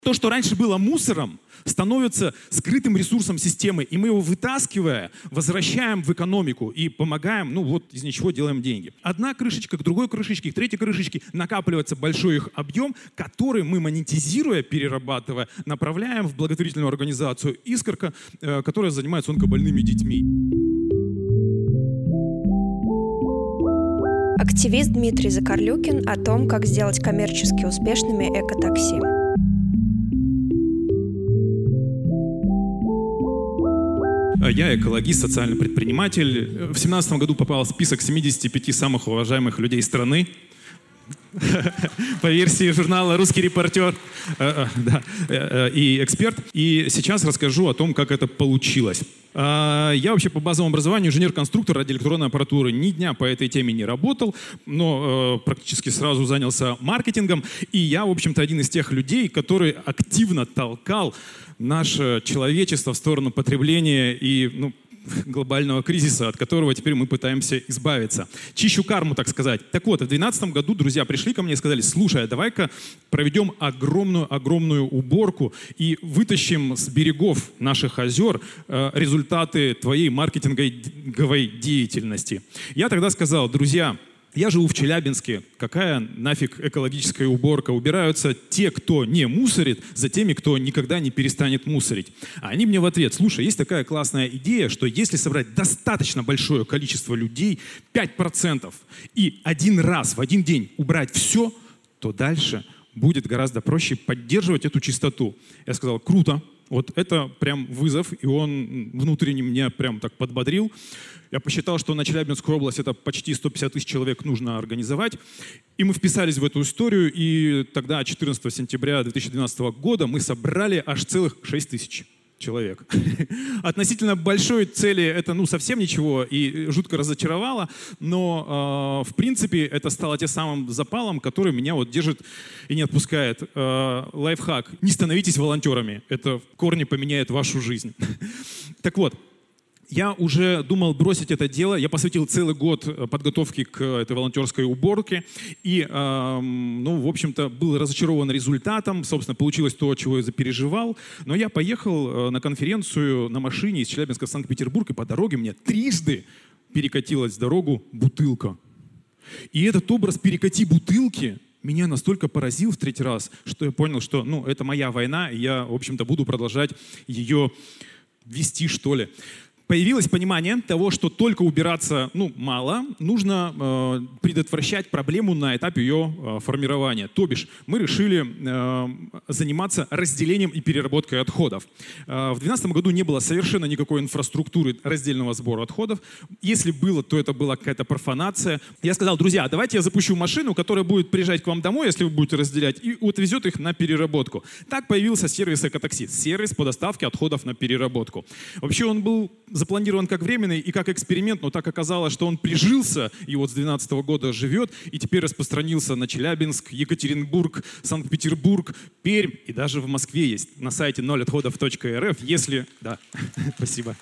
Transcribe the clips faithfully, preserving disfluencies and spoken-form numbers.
То, что раньше было мусором, становится скрытым ресурсом системы, и мы его, вытаскивая, возвращаем в экономику и помогаем, ну вот из ничего делаем деньги. Одна крышечка к другой крышечке, к третьей крышечке накапливается большой их объем, который мы, монетизируя, перерабатывая, направляем в благотворительную организацию «Искорка», которая занимается онкобольными детьми. Активист Дмитрий Закарлюкин о том, как сделать коммерчески успешными экотакси. Я экологист, социальный предприниматель. В две тысячи семнадцатом году попал в список семидесяти пяти самых уважаемых людей страны. По версии журнала «Русский репортер» и «Эксперт». И сейчас расскажу о том, как это получилось. Я вообще по базовому образованию инженер-конструктор радиоэлектронной аппаратуры. Ни дня по этой теме не работал, но практически сразу занялся маркетингом. И я, в общем-то, один из тех людей, который активно толкал наше человечество в сторону потребления и, ну, глобального кризиса, от которого теперь мы пытаемся избавиться. Чищу карму, так сказать. Так вот, в две тысячи двенадцатом году друзья пришли ко мне и сказали: слушай, а давай-ка проведем огромную-огромную уборку и вытащим с берегов наших озер э, результаты твоей маркетинговой деятельности. Я тогда сказал: друзья, я живу в Челябинске. Какая нафиг экологическая уборка? Убираются те, кто не мусорит, за теми, кто никогда не перестанет мусорить. А они мне в ответ: слушай, есть такая классная идея, что если собрать достаточно большое количество людей, пять процентов, и один раз в один день убрать все, то дальше будет гораздо проще поддерживать эту чистоту. Я сказал: круто. Вот это прям вызов, и он внутренне меня прям так подбодрил. Я посчитал, что на Челябинскую область это почти сто пятьдесят тысяч человек нужно организовать. И мы вписались в эту историю, и тогда, четырнадцатого сентября две тысячи двенадцатого года, мы собрали аж целых шесть тысяч человек. Относительно большой цели это, ну, совсем ничего, и жутко разочаровало, но, э, в принципе, это стало тем самым запалом, который меня вот держит и не отпускает. Э, лайфхак: не становитесь волонтерами, это в корне поменяет вашу жизнь. Так вот, я уже думал бросить это дело. Я посвятил целый год подготовке к этой волонтерской уборке. И, э, ну, в общем-то, был разочарован результатом. Собственно, получилось то, чего я запереживал. Но я поехал на конференцию на машине из Челябинска в Санкт-Петербург, и по дороге мне трижды перекатилась дорогу бутылка. И этот образ «перекати бутылки» меня настолько поразил в третий раз, что я понял, что, ну, это моя война, и я, в общем-то, буду продолжать ее вести, что ли. Появилось понимание того, что только убираться, ну, мало, нужно э, предотвращать проблему на этапе ее э, формирования. То бишь, мы решили э, заниматься разделением и переработкой отходов. Э, в две тысячи двенадцатом году не было совершенно никакой инфраструктуры раздельного сбора отходов. Если было, то это была какая-то профанация. Я сказал: друзья, давайте я запущу машину, которая будет приезжать к вам домой, если вы будете разделять, и отвезет их на переработку. Так появился сервис «Экотакси», сервис по доставке отходов на переработку. Вообще он был запланирован как временный и как эксперимент, но так оказалось, что он прижился и вот с две тысячи двенадцатого года живет, и теперь распространился на Челябинск, Екатеринбург, Санкт-Петербург, Пермь, и даже в Москве есть на сайте ноль отходов точка эр эф, если... Да, спасибо.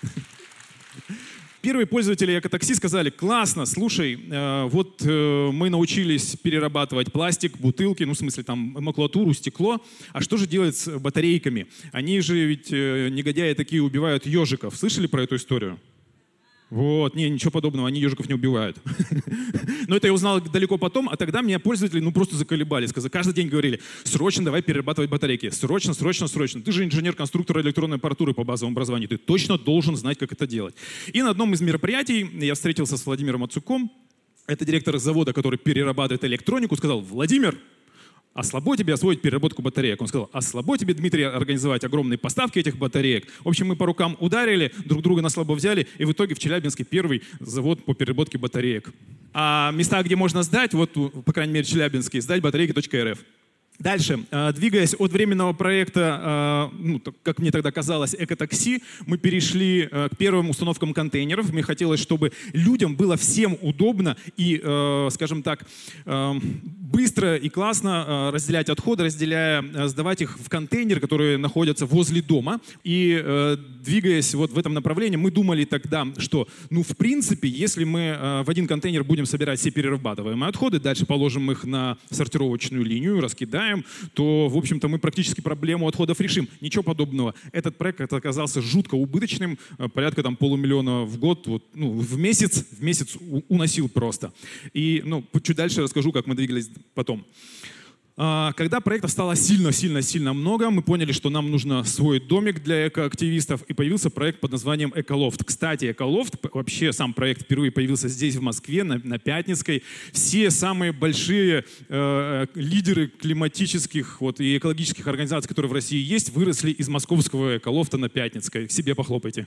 Первые пользователи экотакси сказали: классно, слушай, э, вот э, мы научились перерабатывать пластик, бутылки, ну в смысле там макулатуру, стекло, а что же делать с батарейками? Они же ведь, э, негодяи такие, убивают ежиков. Слышали про эту историю? Вот, не, ничего подобного, они ежиков не убивают. Но это я узнал далеко потом, а тогда меня пользователи ну просто заколебали. Сказали, каждый день говорили: срочно давай перерабатывать батарейки. Срочно, срочно, срочно. Ты же инженер-конструктор электронной аппаратуры по базовому образованию. Ты точно должен знать, как это делать. И на одном из мероприятий я встретился с Владимиром Ацуком. Это директор завода, который перерабатывает электронику. Сказал: Владимир, а слабо тебе освоить переработку батареек? Он сказал: а слабо тебе, Дмитрий, организовать огромные поставки этих батареек? В общем, мы по рукам ударили, друг друга на слабо взяли, и в итоге в Челябинске первый завод по переработке батареек. А места, где можно сдать, вот, по крайней мере, Челябинске, сдать батарейки точка эр эф. Дальше, двигаясь от временного проекта, ну, как мне тогда казалось, экотакси, мы перешли к первым установкам контейнеров. Мне хотелось, чтобы людям было всем удобно и, скажем так, быстро и классно разделять отходы, разделяя, сдавать их в контейнер, которые находятся возле дома. И э, двигаясь вот в этом направлении, мы думали тогда, что, ну, в принципе, если мы э, в один контейнер будем собирать все перерабатываемые отходы, дальше положим их на сортировочную линию, раскидаем, то, в общем-то, мы практически проблему отходов решим. Ничего подобного. Этот проект оказался жутко убыточным, порядка там полумиллиона в год, вот, ну, в месяц, в месяц уносил просто. И, ну, чуть дальше расскажу, как мы двигались потом. Когда проектов стало сильно-сильно-сильно много, мы поняли, что нам нужно свой домик для экоактивистов, и появился проект под названием «Эколофт». Кстати, «Эколофт», вообще сам проект впервые появился здесь, в Москве, на, на Пятницкой. Все самые большие э, лидеры климатических вот, и экологических организаций, которые в России есть, выросли из московского «Эколофта» на Пятницкой. К себе похлопайте.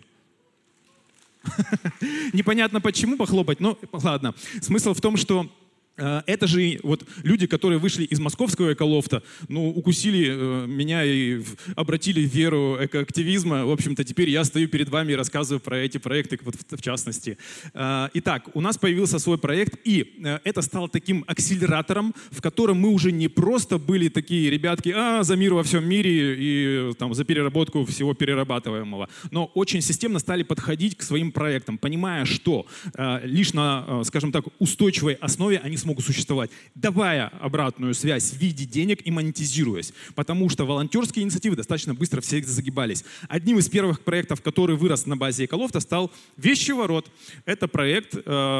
Непонятно почему похлопать, но ладно. Смысл в том, что это же вот люди, которые вышли из московского эколофта, ну, укусили э, меня и обратили в веру экоактивизма. В общем-то, теперь я стою перед вами и рассказываю про эти проекты, вот в, в частности. Э, итак, у нас появился свой проект, и э, это стало таким акселератором, в котором мы уже не просто были такие ребятки, а, за мир во всем мире и там, за переработку всего перерабатываемого, но очень системно стали подходить к своим проектам, понимая, что э, лишь на, э, скажем так, устойчивой основе они смогут существовать, давая обратную связь в виде денег и монетизируясь. Потому что волонтерские инициативы достаточно быстро все загибались. Одним из первых проектов, который вырос на базе Эколофта, стал «Вещеворот». Это проект э,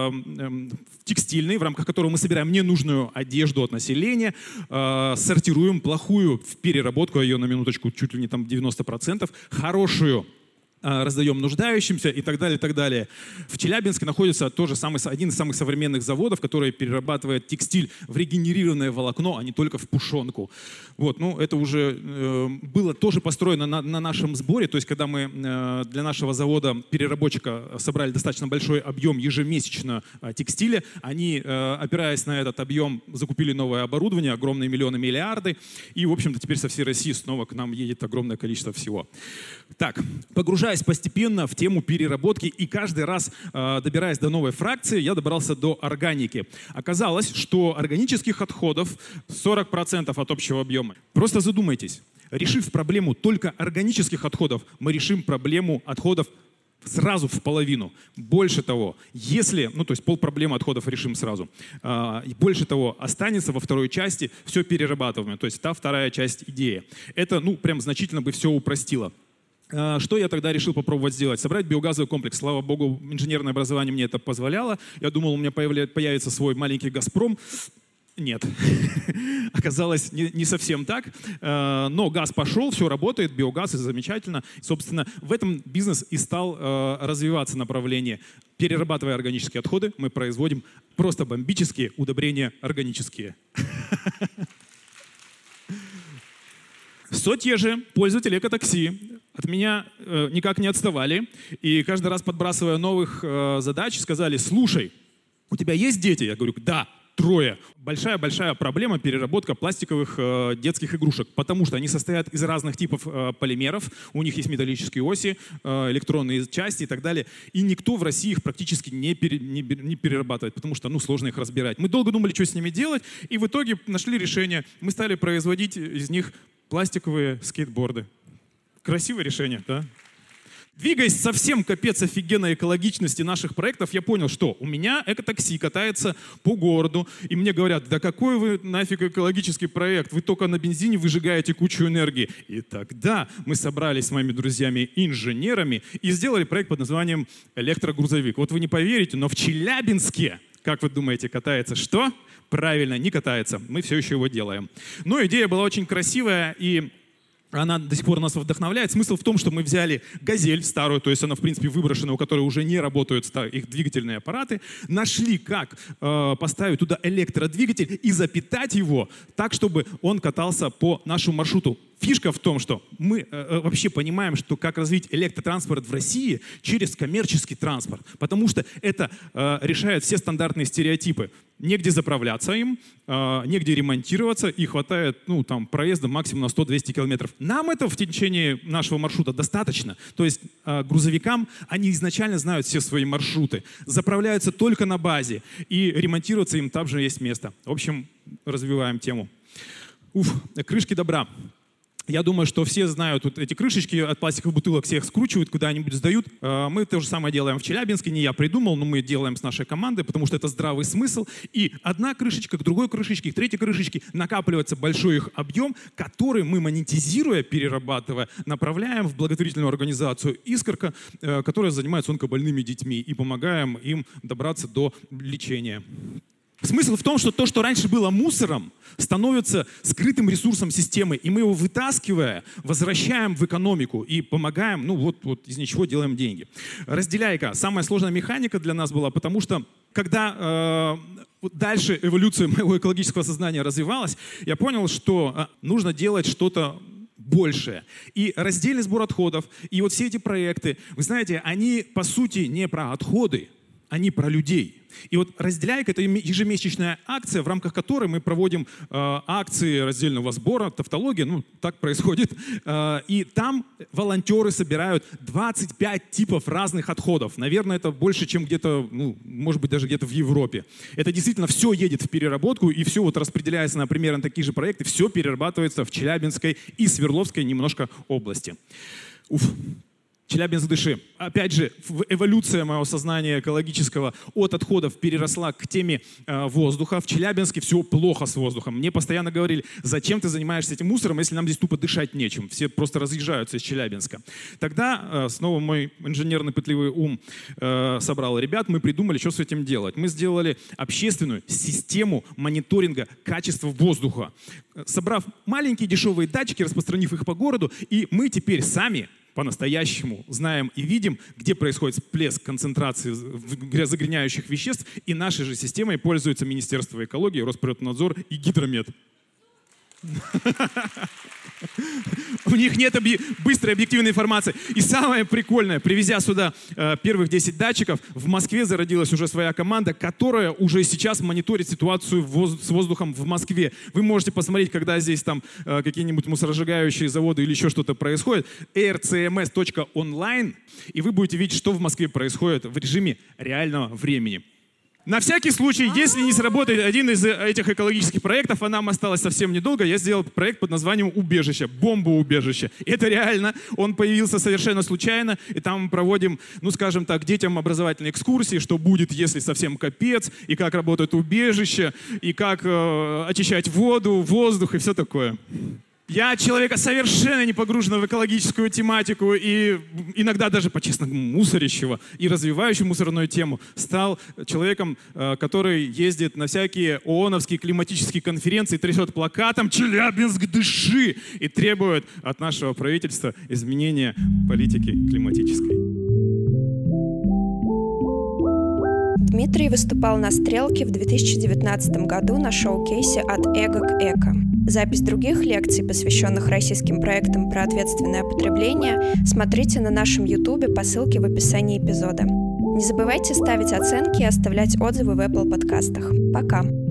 э, текстильный, в рамках которого мы собираем ненужную одежду от населения, э, сортируем плохую в переработку, ее на минуточку чуть ли не там девяносто процентов, хорошую раздаем нуждающимся и так далее, и так далее. В Челябинске находится тоже самый, один из самых современных заводов, который перерабатывает текстиль в регенерированное волокно, а не только в пушонку. Вот, ну, это уже э, было тоже построено на, на нашем сборе, то есть когда мы э, для нашего завода переработчика собрали достаточно большой объем ежемесячно э, текстиля, они, э, опираясь на этот объем, закупили новое оборудование, огромные миллионы, миллиарды, и, в общем-то, теперь со всей России снова к нам едет огромное количество всего. Так, погружаясь постепенно в тему переработки и каждый раз, э, добираясь до новой фракции, я добрался до органики. Оказалось, что органических отходов сорок процентов от общего объема. Просто задумайтесь, решив проблему только органических отходов, мы решим проблему отходов сразу в половину. Больше того, если, ну то есть полпроблемы отходов решим сразу. Э, больше того, останется во второй части все перерабатываемое, то есть та вторая часть идеи. Это, ну, прям значительно бы все упростило. Что я тогда решил попробовать сделать? Собрать биогазовый комплекс. Слава богу, инженерное образование мне это позволяло. Я думал, у меня появится свой маленький «Газпром». Нет. Оказалось, не, не совсем так. Но газ пошел, все работает, биогаз, и замечательно. Собственно, в этом бизнес и стал развиваться направление. Перерабатывая органические отходы, мы производим просто бомбические удобрения органические. Сотье же пользователи экотакси от меня э, никак не отставали. И каждый раз, подбрасывая новых э, задач, сказали: слушай, у тебя есть дети? Я говорю: да, трое. Большая-большая проблема — переработка пластиковых э, детских игрушек, потому что они состоят из разных типов э, полимеров, у них есть металлические оси, э, электронные части и так далее. И никто в России их практически не, пере, не, не перерабатывает, потому что, ну, сложно их разбирать. Мы долго думали, что с ними делать, и в итоге нашли решение. Мы стали производить из них пластиковые скейтборды. Красивое решение, да? Двигаясь совсем капец офигенной экологичности наших проектов, я понял, что у меня экотакси катается по городу, и мне говорят: да какой вы нафиг экологический проект, вы только на бензине выжигаете кучу энергии. И тогда мы собрались с моими друзьями-инженерами и сделали проект под названием «Электрогрузовик». Вот вы не поверите, но в Челябинске, как вы думаете, катается что? Правильно, не катается. Мы все еще его делаем. Но идея была очень красивая, и она до сих пор нас вдохновляет. Смысл в том, что мы взяли «Газель» старую, то есть она, в принципе, выброшена, у которой уже не работают их двигательные аппараты, нашли, как э, поставить туда электродвигатель и запитать его так, чтобы он катался по нашему маршруту. Фишка в том, что мы э, вообще понимаем, что как развить электротранспорт в России через коммерческий транспорт, потому что это э, решает все стандартные стереотипы. Негде заправляться им, э, негде ремонтироваться, и хватает ну, там, проезда максимум на сто-двести километров. Нам этого в течение нашего маршрута достаточно. То есть э, грузовикам они изначально знают все свои маршруты, заправляются только на базе, и ремонтироваться им также есть место. В общем, развиваем тему. Уф, крышки добра. Я думаю, что все знают вот эти крышечки от пластиковых бутылок, все их скручивают, куда-нибудь сдают. Мы то же самое делаем в Челябинске, не я придумал, но мы делаем с нашей командой, потому что это здравый смысл. И одна крышечка к другой крышечке, к третьей крышечке накапливается большой их объем, который мы, монетизируя, перерабатывая, направляем в благотворительную организацию «Искорка», которая занимается онкобольными детьми, и помогаем им добраться до лечения. Смысл в том, что то, что раньше было мусором, становится скрытым ресурсом системы, и мы его, вытаскивая, возвращаем в экономику и помогаем, ну вот, вот из ничего делаем деньги. Разделяйка. Самая сложная механика для нас была, потому что когда э, дальше эволюция моего экологического сознания развивалась, я понял, что э, нужно делать что-то большее. И раздельный сбор отходов, и вот все эти проекты, вы знаете, они по сути не про отходы, они про людей. И вот «Разделяйка» — это ежемесячная акция, в рамках которой мы проводим э, акции раздельного сбора, тавтология, ну, так происходит. Э, и там волонтеры собирают двадцать пять типов разных отходов. Наверное, это больше, чем где-то, ну, может быть, даже где-то в Европе. Это действительно все едет в переработку, и все вот распределяется на примерно такие же проекты, все перерабатывается в Челябинской и Свердловской немножко области. Уф. Челябинск, дыши. Опять же, эволюция моего сознания экологического от отходов переросла к теме э, воздуха. В Челябинске все плохо с воздухом. Мне постоянно говорили, зачем ты занимаешься этим мусором, если нам здесь тупо дышать нечем. Все просто разъезжаются из Челябинска. Тогда э, снова мой инженерный пытливый ум э, собрал ребят, мы придумали, что с этим делать. Мы сделали общественную систему мониторинга качества воздуха. Собрав маленькие дешевые датчики, распространив их по городу, и мы теперь сами по-настоящему знаем и видим, где происходит всплеск концентрации загрязняющих веществ, и нашей же системой пользуются Министерство экологии, Росприроднадзор и Гидромет. У них нет объ... быстрой объективной информации. И самое прикольное, привезя сюда э, первых десять датчиков, в Москве зародилась уже своя команда, которая уже сейчас мониторит ситуацию воз... с воздухом в Москве. Вы можете посмотреть, когда здесь там э, какие-нибудь мусоросжигающие заводы или еще что-то происходит, эр цэ эм эс точка онлайн, и вы будете видеть, что в Москве происходит в режиме реального времени. На всякий случай, если не сработает один из этих экологических проектов, а нам осталось совсем недолго, я сделал проект под названием «Убежище», «Бомба-убежище». Это реально, он появился совершенно случайно, и там мы проводим, ну скажем так, детям образовательные экскурсии, что будет, если совсем капец, и как работает убежище, и как э, очищать воду, воздух и все такое. Я человека совершенно не погруженного в экологическую тематику и иногда даже по-честному мусорящего и развивающего мусорную тему, стал человеком, который ездит на всякие ООНовские климатические конференции, трясет плакатом «Челябинск, дыши!» и требует от нашего правительства изменения политики климатической. Дмитрий выступал на «Стрелке» в две тысячи девятнадцатом году на шоу-кейсе «От эго к эко». Запись других лекций, посвященных российским проектам про ответственное потребление, смотрите на нашем ютубе по ссылке в описании эпизода. Не забывайте ставить оценки и оставлять отзывы в Apple подкастах. Пока!